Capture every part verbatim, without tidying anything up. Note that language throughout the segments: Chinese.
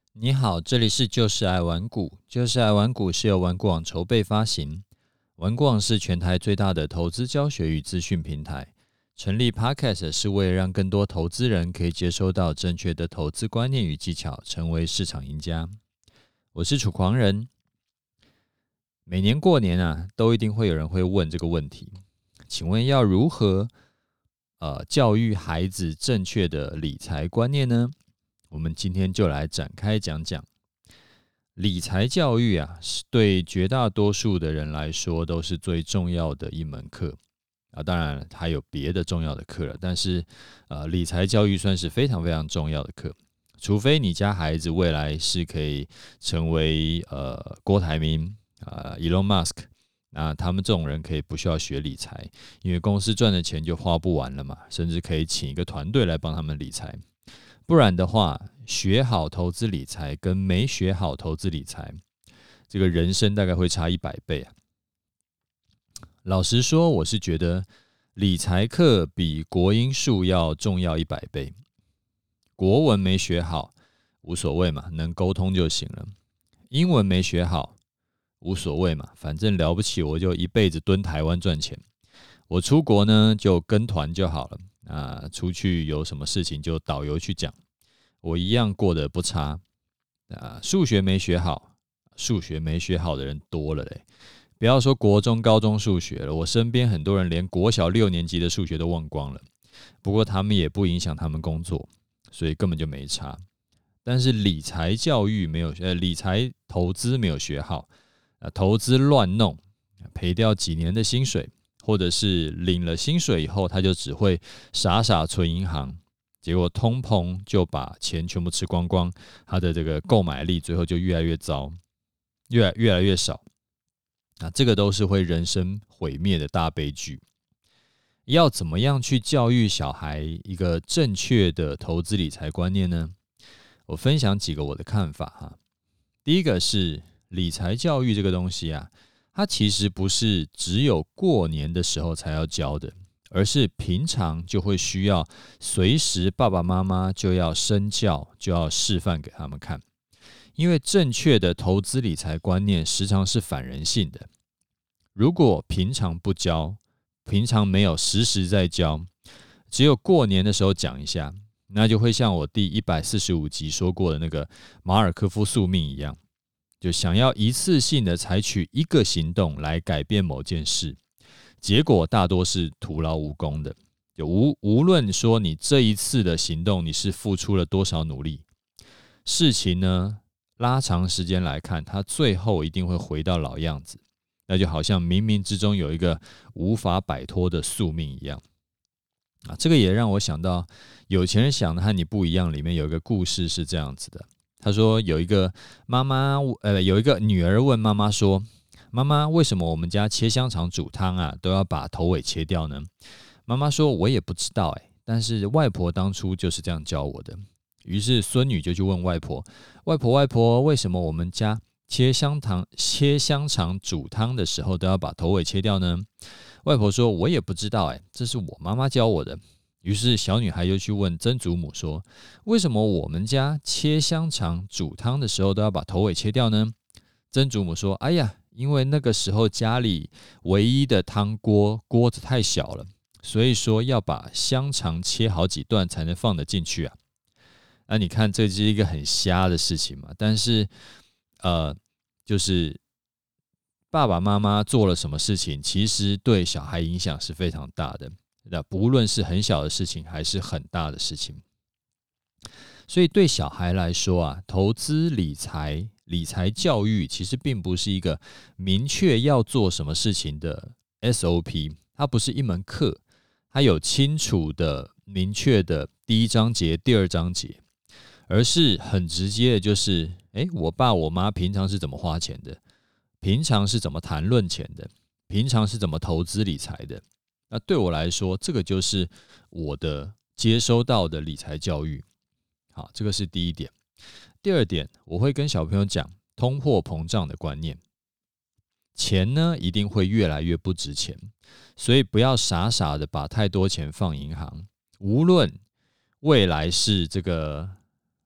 你好，这里是就是爱玩股。就是爱玩股是由玩股网筹备发行，玩股网是全台最大的投资教学与资讯平台。成立 Podcast 是为了让更多投资人可以接收到正确的投资观念与技巧，成为市场赢家。我是楚狂人。每年过年啊，都一定会有人会问这个问题，请问要如何呃教育孩子正确的理财观念呢？我们今天就来展开讲讲理财教育啊，是对绝大多数的人来说都是最重要的一门课啊。当然还有别的重要的课了，但是呃，理财教育算是非常非常重要的课。除非你家孩子未来是可以成为呃郭台铭啊、呃、Elon Musk， 那他们这种人可以不需要学理财，因为公司赚的钱就花不完了嘛，甚至可以请一个团队来帮他们理财。不然的话，学好投资理财跟没学好投资理财，这个人生大概会差一百倍啊。老实说，我是觉得理财课比国英数要重要一百倍。国文没学好无所谓嘛，能沟通就行了。英文没学好无所谓嘛，反正了不起我就一辈子蹲台湾赚钱。我出国呢就跟团就好了。啊，出去有什么事情就导游去讲，我一样过得不差。啊，数学没学好，数学没学好的人多了嘞。不要说国中、高中数学了，我身边很多人连国小六年级的数学都忘光了。不过他们也不影响他们工作，所以根本就没差。但是理财教育没有，呃，理财投资没有学好，啊，投资乱弄，赔掉几年的薪水。或者是领了薪水以后，他就只会傻傻存银行，结果通膨就把钱全部吃光光，他的这个购买力最后就越来越糟，越来越来越少。啊，这个都是会人生毁灭的大悲剧。要怎么样去教育小孩一个正确的投资理财观念呢？我分享几个我的看法哈。第一个是理财教育这个东西啊，它其实不是只有过年的时候才要教的，而是平常就会需要随时爸爸妈妈就要身教，就要示范给他们看。因为正确的投资理财观念时常是反人性的，如果平常不教，平常没有时时在教，只有过年的时候讲一下，那就会像我第一百四十五集说过的那个马尔科夫宿命一样，就想要一次性的采取一个行动来改变某件事，结果大多是徒劳无功的。就 无, 无论说你这一次的行动你是付出了多少努力，事情呢拉长时间来看，它最后一定会回到老样子，那就好像冥冥之中有一个无法摆脱的宿命一样。啊，这个也让我想到有钱人想的和你不一样里面有一个故事是这样子的。他说有一个妈妈，呃，有一个女儿问妈妈说：“妈妈，为什么我们家切香肠煮汤啊，都要把头尾切掉呢？”妈妈说：“我也不知道哎，但是外婆当初就是这样教我的。”于是孙女就去问外婆：“外婆，外婆，为什么我们家切香肠、切香肠煮汤的时候都要把头尾切掉呢？”外婆说：“我也不知道哎，这是我妈妈教我的。”于是小女孩又去问曾祖母说：“为什么我们家切香肠煮汤的时候都要把头尾切掉呢？”曾祖母说：“哎呀，因为那个时候家里唯一的汤锅锅子太小了，所以说要把香肠切好几段才能放得进去啊。”那、啊、你看这是一个很瞎的事情嘛，但是呃，就是爸爸妈妈做了什么事情，其实对小孩影响是非常大的。那不论是很小的事情还是很大的事情，所以对小孩来说啊，投资理财、理财教育其实并不是一个明确要做什么事情的 S O P， 它不是一门课，它有清楚的、明确的第一章节、第二章节，而是很直接的，就是哎，我爸我妈平常是怎么花钱的，平常是怎么谈论钱的，平常是怎么投资理财的。那对我来说，这个就是我的接收到的理财教育。好，这个是第一点。第二点，我会跟小朋友讲通货膨胀的观念。钱呢，一定会越来越不值钱，所以不要傻傻的把太多钱放银行。无论未来是这个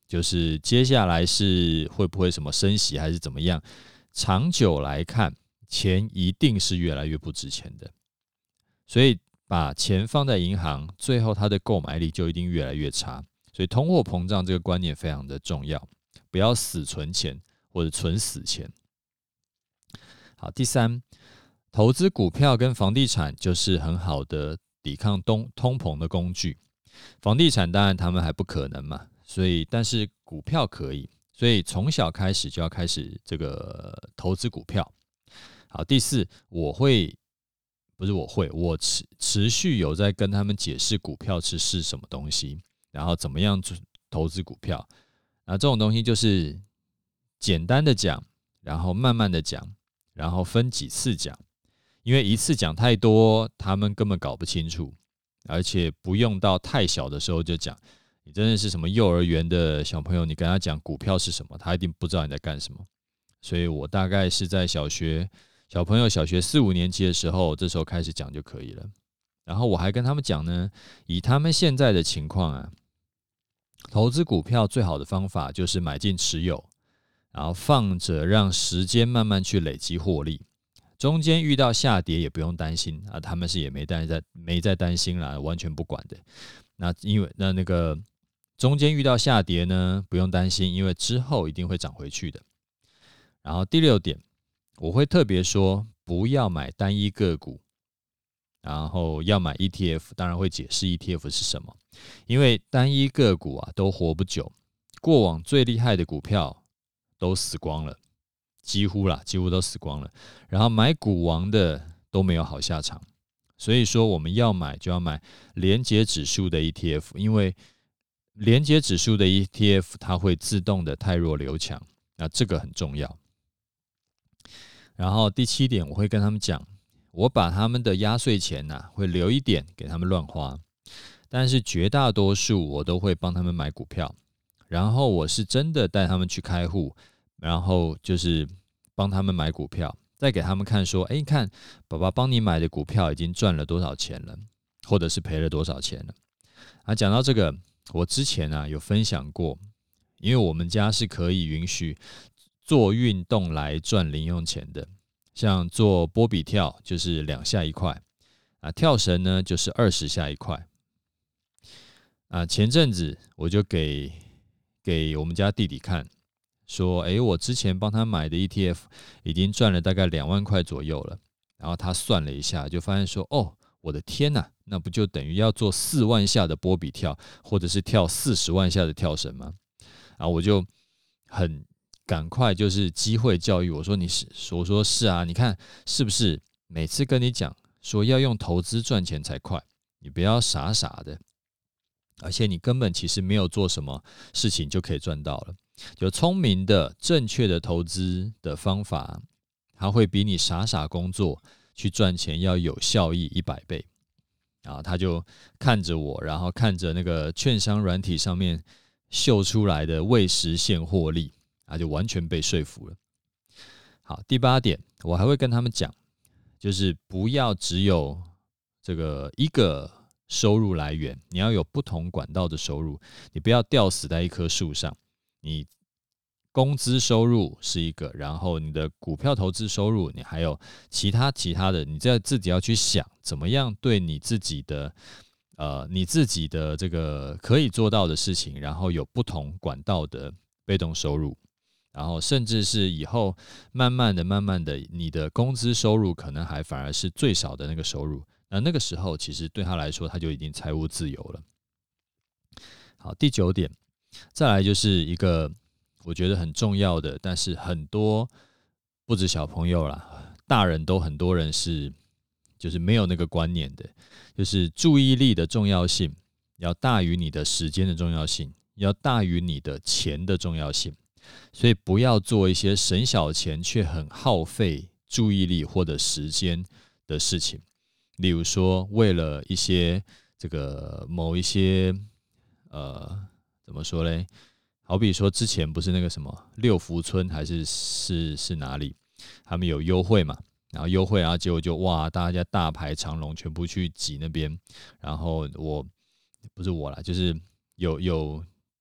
就是接下来是会不会什么升息还是怎么样？长久来看，钱一定是越来越不值钱的，所以把钱放在银行，最后它的购买力就一定越来越差。所以通货膨胀这个观念非常的重要，不要死存钱或者存死钱。好，第三，投资股票跟房地产就是很好的抵抗通通膨的工具。房地产当然他们还不可能嘛，所以但是股票可以，所以从小开始就要开始这个投资股票。好，第四，我会不是我会，我持持续有在跟他们解释股票是是什么东西，然后怎么样投资股票。那这种东西就是简单的讲，然后慢慢的讲，然后分几次讲，因为一次讲太多，他们根本搞不清楚，而且不用到太小的时候就讲。你真的是什么幼儿园的小朋友，你跟他讲股票是什么，他一定不知道你在干什么。所以我大概是在小学小朋友小学四五年级的时候，这时候开始讲就可以了。然后我还跟他们讲呢，以他们现在的情况啊，投资股票最好的方法就是买进持有，然后放着让时间慢慢去累积获利。中间遇到下跌也不用担心啊，他们是也没在没在担心啦，完全不管的。那因为那那个中间遇到下跌呢，不用担心，因为之后一定会涨回去的。然后第六点，我会特别说不要买单一个股，然后要买 E T F， 当然会解释 E T F 是什么，因为单一个股啊都活不久，过往最厉害的股票都死光了，几乎啦，几乎都死光了。然后买股王的都没有好下场，所以说我们要买就要买连结指数的 E T F， 因为连结指数的 E T F 它会自动的汰弱留强，那这个很重要。然后第七点，我会跟他们讲，我把他们的压岁钱啊会留一点给他们乱花，但是绝大多数我都会帮他们买股票，然后我是真的带他们去开户，然后就是帮他们买股票，再给他们看说，哎，看爸爸帮你买的股票已经赚了多少钱了，或者是赔了多少钱了。啊，讲到这个，我之前啊有分享过，因为我们家是可以允许做运动来赚零用钱的，像做波比跳就是两下一块啊，跳绳呢就是二十下一块啊。前阵子我就给给我们家弟弟看，说，哎，我之前帮他买的 E T F 已经赚了大概两万块左右了，然后他算了一下，就发现说，哦，我的天哪，那不就等于要做四万下的波比跳，或者是跳四十万下的跳绳吗？然后我就很赶快就是机会教育我说，你是我说是啊，你看是不是每次跟你讲说要用投资赚钱才快，你不要傻傻的，而且你根本其实没有做什么事情就可以赚到了。有聪明的正确的投资的方法，它会比你傻傻工作去赚钱要有效益一百倍。然后他就看着我，然后看着那个券商软体上面秀出来的未实现获利，他就完全被说服了。好，第八点，我还会跟他们讲，就是不要只有这个一个收入来源，你要有不同管道的收入，你不要吊死在一棵树上。你工资收入是一个，然后你的股票投资收入，你还有其他其他的，你在自己要去想怎么样对你自己的呃你自己的这个可以做到的事情，然后有不同管道的被动收入，然后甚至是以后慢慢的慢慢的，你的工资收入可能还反而是最少的那个收入，那那个时候其实对他来说他就已经财务自由了。好，第九点，再来就是一个我觉得很重要的，但是很多不止小朋友啦，大人都很多人是就是没有那个观念的，就是注意力的重要性要大于你的时间的重要性，要大于你的钱的重要性，所以不要做一些省小钱却很耗费注意力或者时间的事情，例如说为了一些这个某一些呃怎么说嘞？好比说之前不是那个什么六福村还是是是哪里，他们有优惠嘛，然后优惠，然后结果就哇，大家大排长龙，全部去挤那边，然后我不是我啦，就是有有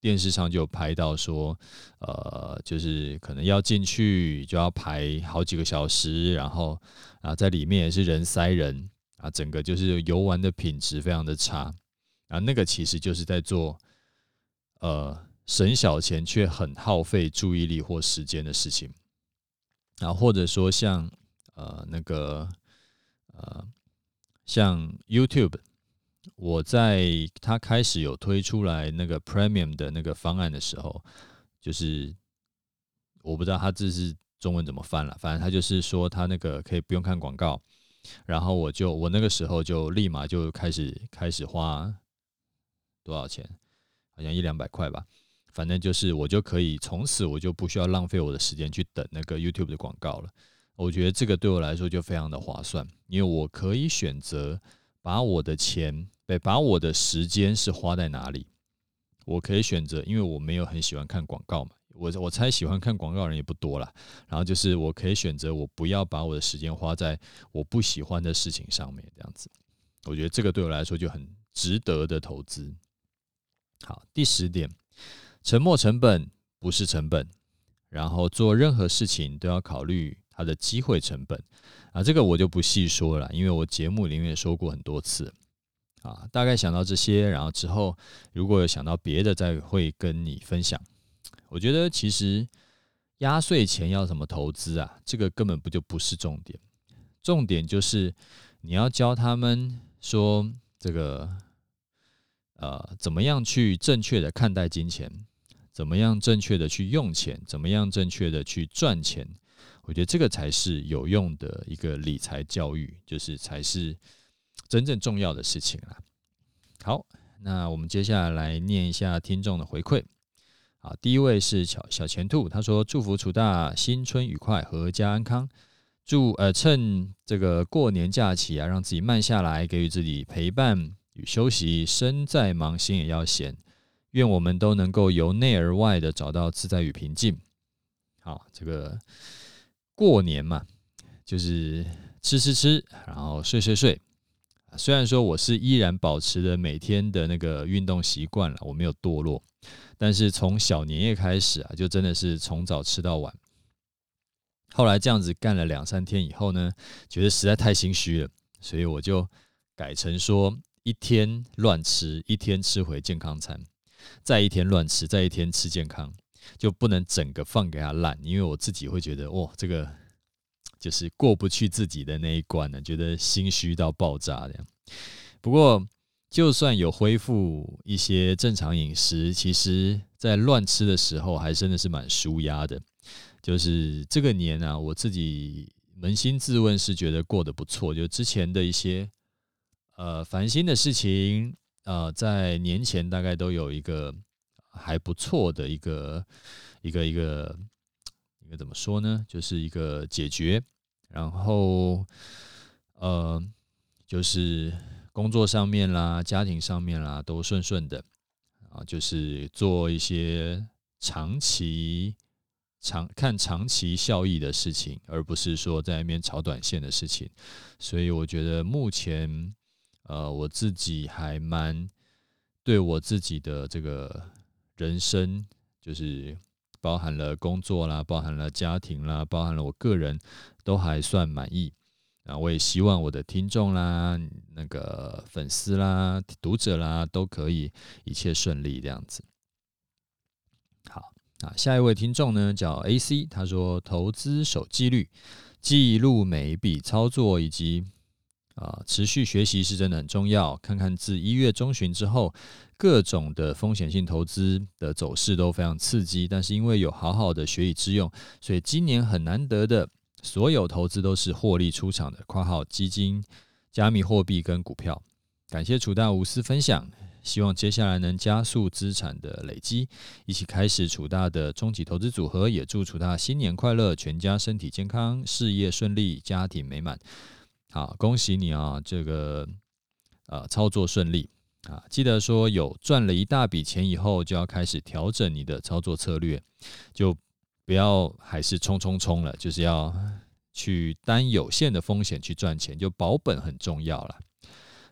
电视上就有拍到说，呃，就是可能要进去就要排好几个小时，然后啊，在里面也是人塞人啊，整个就是游玩的品质非常的差啊，那个其实就是在做呃省小钱却很耗费注意力或时间的事情啊，或者说像呃那个呃像 YouTube。我在他开始有推出来那个 Premium 的那个方案的时候，就是我不知道他这是中文怎么翻了，反正他就是说他那个可以不用看广告，然后我就我那个时候就立马就开始开始花多少钱，好像一两百块吧，反正就是我就可以从此我就不需要浪费我的时间去等那个 YouTube 的广告了。我觉得这个对我来说就非常的划算，因为我可以选择把我的钱。对，把我的时间是花在哪里？我可以选择，因为我没有很喜欢看广告嘛，我我猜喜欢看广告的人也不多啦。然后就是我可以选择，我不要把我的时间花在我不喜欢的事情上面，这样子，我觉得这个对我来说就很值得的投资。好，第十点，沉没成本不是成本，然后做任何事情都要考虑它的机会成本啊，这个我就不细说了，因为我节目里面也说过很多次。啊，大概想到这些，然后之后如果有想到别的，再会跟你分享。我觉得其实压岁钱要怎么投资啊，这个根本不就不是重点，重点就是你要教他们说这个呃怎么样去正确的看待金钱，怎么样正确的去用钱，怎么样正确的去赚钱。我觉得这个才是有用的一个理财教育，就是才是真正重要的事情啦。好，那我们接下来来念一下听众的回馈。好，第一位是小小钱兔，他说祝福楚大新春愉快，阖家安康。祝呃趁这个过年假期啊，让自己慢下来，给予自己陪伴与休息。身再忙，心也要闲。愿我们都能够由内而外的找到自在与平静。好，这个过年嘛，就是吃吃吃，然后睡睡睡。虽然说我是依然保持着每天的那个运动习惯了，我没有堕落，但是从小年夜开始啊，就真的是从早吃到晚。后来这样子干了两三天以后呢，觉得实在太心虚了，所以我就改成说一天乱吃，一天吃回健康餐，再一天乱吃，再一天吃健康，就不能整个放给他烂，因为我自己会觉得，哇，这个就是过不去自己的那一关呢，觉得心虚到爆炸这样。不过，就算有恢复一些正常饮食，其实在乱吃的时候，还真的是蛮舒压的。就是这个年啊，我自己扪心自问是觉得过得不错，就之前的一些呃烦心的事情，呃，在年前大概都有一个还不错的一个一个一个一个怎么说呢？就是一个解决，然后呃，就是工作上面啦、家庭上面啦都顺顺的啊，就是做一些长期长看长期效益的事情，而不是说在那边炒短线的事情。所以我觉得目前呃我自己还蛮对我自己的这个人生，就是包含了工作啦，包含了家庭啦，包含了我个人，都还算满意。啊，我也希望我的听众啦、那个粉丝啦、读者啦，都可以一切顺利这样子。好啊，下一位听众呢叫 A C， 他说投资守纪律，记录每一笔操作以及啊持续学习是真的很重要。看看自一月中旬之后，各种的风险性投资的走势都非常刺激，但是因为有好好的学以致用，所以今年很难得的。所有投资都是获利出场的（括号基金、加密货币跟股票）。感谢楚大无私分享，希望接下来能加速资产的累积，一起开始楚大的终极投资组合。也祝楚大新年快乐，全家身体健康，事业顺利，家庭美满。好，恭喜你啊，这个呃操作顺利啊！记得说有赚了一大笔钱以后，就要开始调整你的操作策略，就。不要还是冲冲冲了，就是要去担有限的风险去赚钱，就保本很重要了。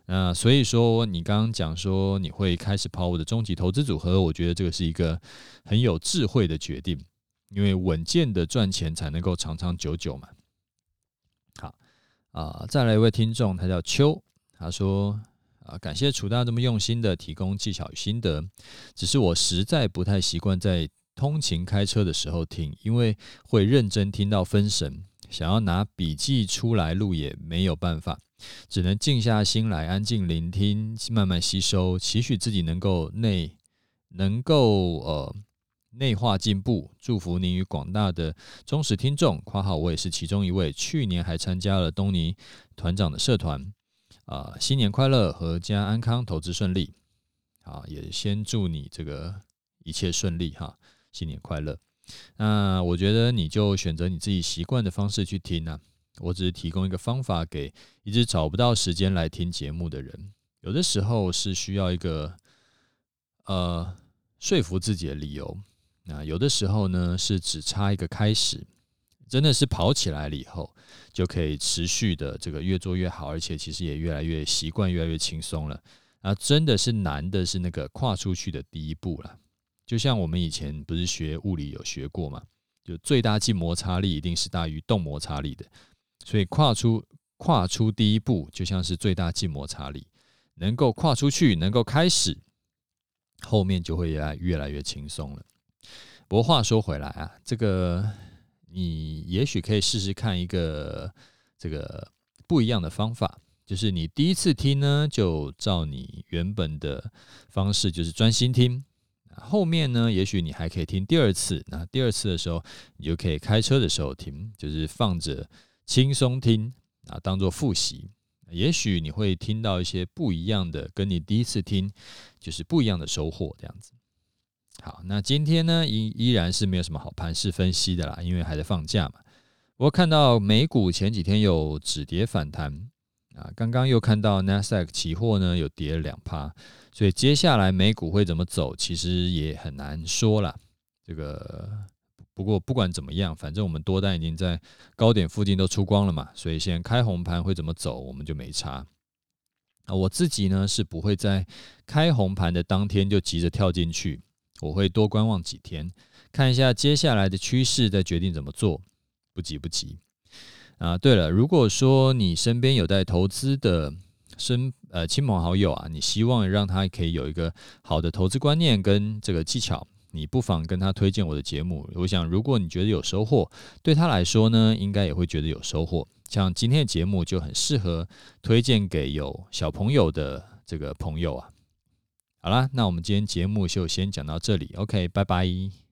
那所以说，你刚刚讲说你会开始跑我的终极投资组合，我觉得这个是一个很有智慧的决定，因为稳健的赚钱才能够长长久久嘛。好啊、呃，再来一位听众，他叫邱，他说啊，感谢楚大这么用心的提供技巧与心得，只是我实在不太习惯在通勤开车的时候听，因为会认真听到分神，想要拿笔记出来录也没有办法，只能静下心来安静聆听，慢慢吸收，期许自己能够内能够呃内化进步。祝福您与广大的忠实听众（括号我也是其中一位），去年还参加了东尼团长的社团。啊、呃，新年快乐，阖家安康，投资顺利。好，也先祝你这个一切顺利哈，新年快乐。那我觉得你就选择你自己习惯的方式去听啊。我只是提供一个方法给一直找不到时间来听节目的人。有的时候是需要一个呃说服自己的理由，那有的时候呢是只差一个开始。真的是跑起来了以后，就可以持续的这个越做越好，而且其实也越来越习惯，越来越轻松了。然后真的是难的是那个跨出去的第一步了。就像我们以前不是学物理有学过嘛，就最大静摩擦力一定是大于动摩擦力的，所以跨出跨出第一步就像是最大静摩擦力，能够跨出去，能够开始，后面就会越来越来越轻松了。不过话说回来啊，这个你也许可以试试看一个这个不一样的方法，就是你第一次听呢，就照你原本的方式，就是专心听。后面呢，也许你还可以听第二次。那第二次的时候，你就可以开车的时候听，就是放着轻松听啊，当做复习。也许你会听到一些不一样的，跟你第一次听就是不一样的收获，这样子。好，那今天呢，依依然是没有什么好盘势分析的啦，因为还在放假嘛。我看到美股前几天有止跌反弹啊，刚刚又看到 Nasdaq 期货呢有跌了 百分之二， 所以接下来美股会怎么走，其实也很难说啦。这个不过不管怎么样，反正我们多单已经在高点附近都出光了嘛，所以现在开红盘会怎么走，我们就没差。啊，我自己呢是不会在开红盘的当天就急着跳进去。我会多观望几天，看一下接下来的趋势，再决定怎么做，不急不急。啊，对了，如果说你身边有在投资的身呃亲朋好友啊，你希望让他可以有一个好的投资观念跟这个技巧，你不妨跟他推荐我的节目。我想，如果你觉得有收获，对他来说呢，应该也会觉得有收获。像今天的节目就很适合推荐给有小朋友的这个朋友啊。好啦，那我们今天节目就先讲到这里 ，OK， 拜拜。